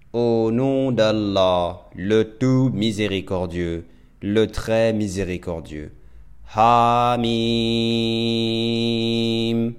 Au nom d'Allah, le tout miséricordieux, le très miséricordieux. Hamim.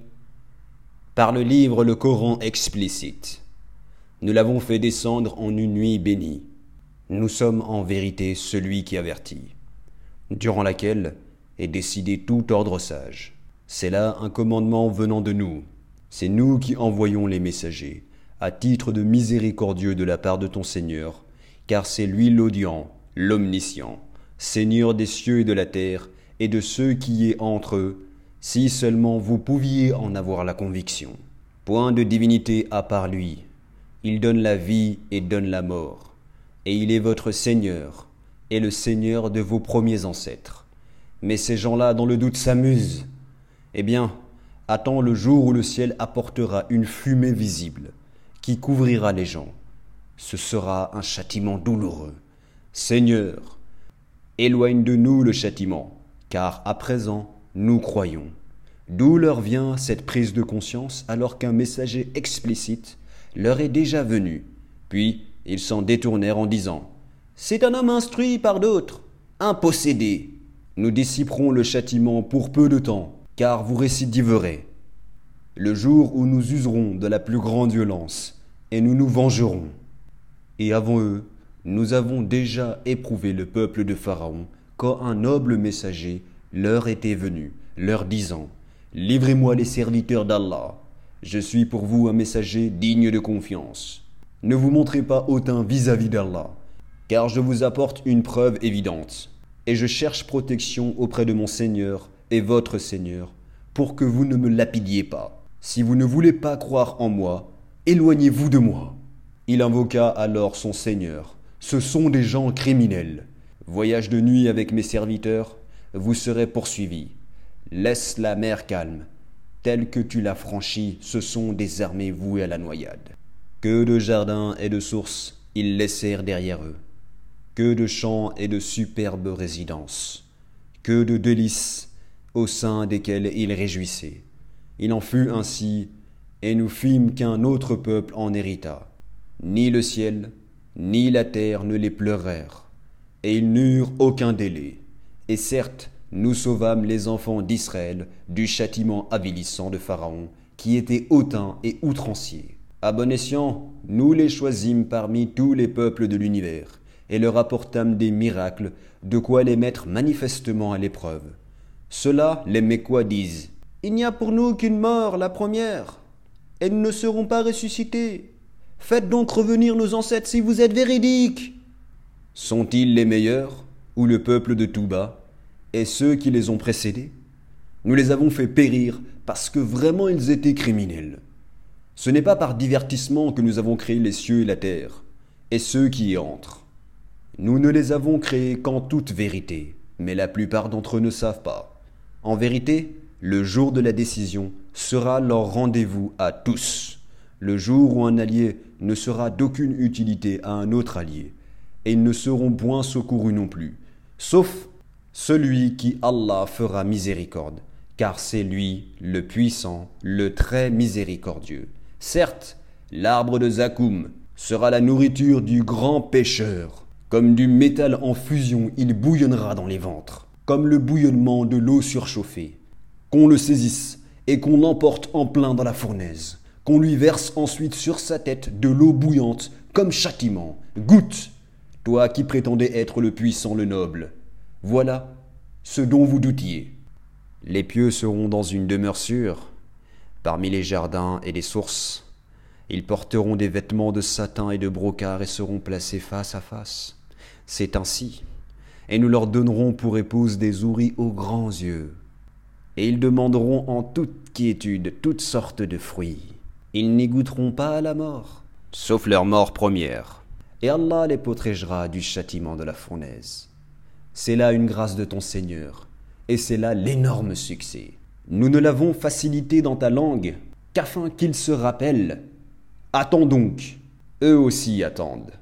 Par le livre le Coran explicite. Nous l'avons fait descendre en une nuit bénie. Nous sommes en vérité celui qui avertit, durant laquelle est décidé tout ordre sage. C'est là un commandement venant de nous. C'est nous qui envoyons les messagers, à titre de miséricordieux de la part de ton Seigneur, car c'est lui l'audient, l'omniscient, Seigneur des cieux et de la terre, et de ceux qui est entre eux, si seulement vous pouviez en avoir la conviction. Point de divinité à part lui. Il donne la vie et donne la mort. Et il est votre Seigneur, et le Seigneur de vos premiers ancêtres. Mais ces gens-là, dans le doute, s'amusent. Eh bien, attends le jour où le ciel apportera une fumée visible, qui couvrira les gens. Ce sera un châtiment douloureux. Seigneur, éloigne de nous le châtiment, car à présent, nous croyons. D'où leur vient cette prise de conscience alors qu'un messager explicite leur est déjà venu. Puis, ils s'en détournèrent en disant « C'est un homme instruit par d'autres, un possédé. Nous dissiperons le châtiment pour peu de temps, car vous récidiverez. Le jour où nous userons de la plus grande violence, et nous nous vengerons. Et avant eux, nous avons déjà éprouvé le peuple de Pharaon quand un noble messager leur était venu, leur disant « Livrez-moi les serviteurs d'Allah. Je suis pour vous un messager digne de confiance. Ne vous montrez pas hautain vis-à-vis d'Allah, car je vous apporte une preuve évidente, et je cherche protection auprès de mon Seigneur et votre Seigneur, pour que vous ne me lapidiez pas. Si vous ne voulez pas croire en moi, éloignez-vous de moi. » Il invoqua alors son Seigneur. Ce sont des gens criminels. Voyage de nuit avec mes serviteurs, vous serez poursuivis. Laisse la mer calme. Telle que tu l'as franchie, ce sont des armées vouées à la noyade. Que de jardins et de sources ils laissèrent derrière eux. Que de champs et de superbes résidences. Que de délices au sein desquels ils réjouissaient. Il en fut ainsi, et nous fîmes qu'un autre peuple en hérita. Ni le ciel, ni la terre ne les pleurèrent, et ils n'eurent aucun délai. Et certes, nous sauvâmes les enfants d'Israël du châtiment avilissant de Pharaon, qui était hautain et outrancier. À bon escient, nous les choisîmes parmi tous les peuples de l'univers, et leur apportâmes des miracles, de quoi les mettre manifestement à l'épreuve. Ceux-là, les Mécois disent « Il n'y a pour nous qu'une mort, la première, et nous ne serons pas ressuscités. Faites donc revenir nos ancêtres si vous êtes véridiques. » Sont-ils les meilleurs, ou le peuple de Touba, et ceux qui les ont précédés? Nous les avons fait périr parce que vraiment ils étaient criminels. Ce n'est pas par divertissement que nous avons créé les cieux et la terre, et ceux qui y entrent. Nous ne les avons créés qu'en toute vérité, mais la plupart d'entre eux ne savent pas. En vérité, le jour de la décision sera leur rendez-vous à tous, le jour où un allié ne sera d'aucune utilité à un autre allié, et ils ne seront point secourus non plus, sauf celui qui Allah fera miséricorde, car c'est lui le puissant, le très miséricordieux. Certes, l'arbre de Zakoum sera la nourriture du grand pécheur. Comme du métal en fusion, il bouillonnera dans les ventres, comme le bouillonnement de l'eau surchauffée. Qu'on le saisisse et qu'on l'emporte en plein dans la fournaise, qu'on lui verse ensuite sur sa tête de l'eau bouillante comme châtiment. Goûte, toi qui prétendais être le puissant, le noble. Voilà ce dont vous doutiez. Les pieux seront dans une demeure sûre, parmi les jardins et les sources. Ils porteront des vêtements de satin et de brocart et seront placés face à face. C'est ainsi. Et nous leur donnerons pour épouse des houris aux grands yeux. Et ils demanderont en toute quiétude toutes sortes de fruits. Ils n'y goûteront pas à la mort, sauf leur mort première. Et Allah les protégera du châtiment de la fournaise. C'est là une grâce de ton Seigneur, et c'est là l'énorme succès. Nous ne l'avons facilité dans ta langue, qu'afin qu'ils se rappellent. Attends donc, eux aussi attendent.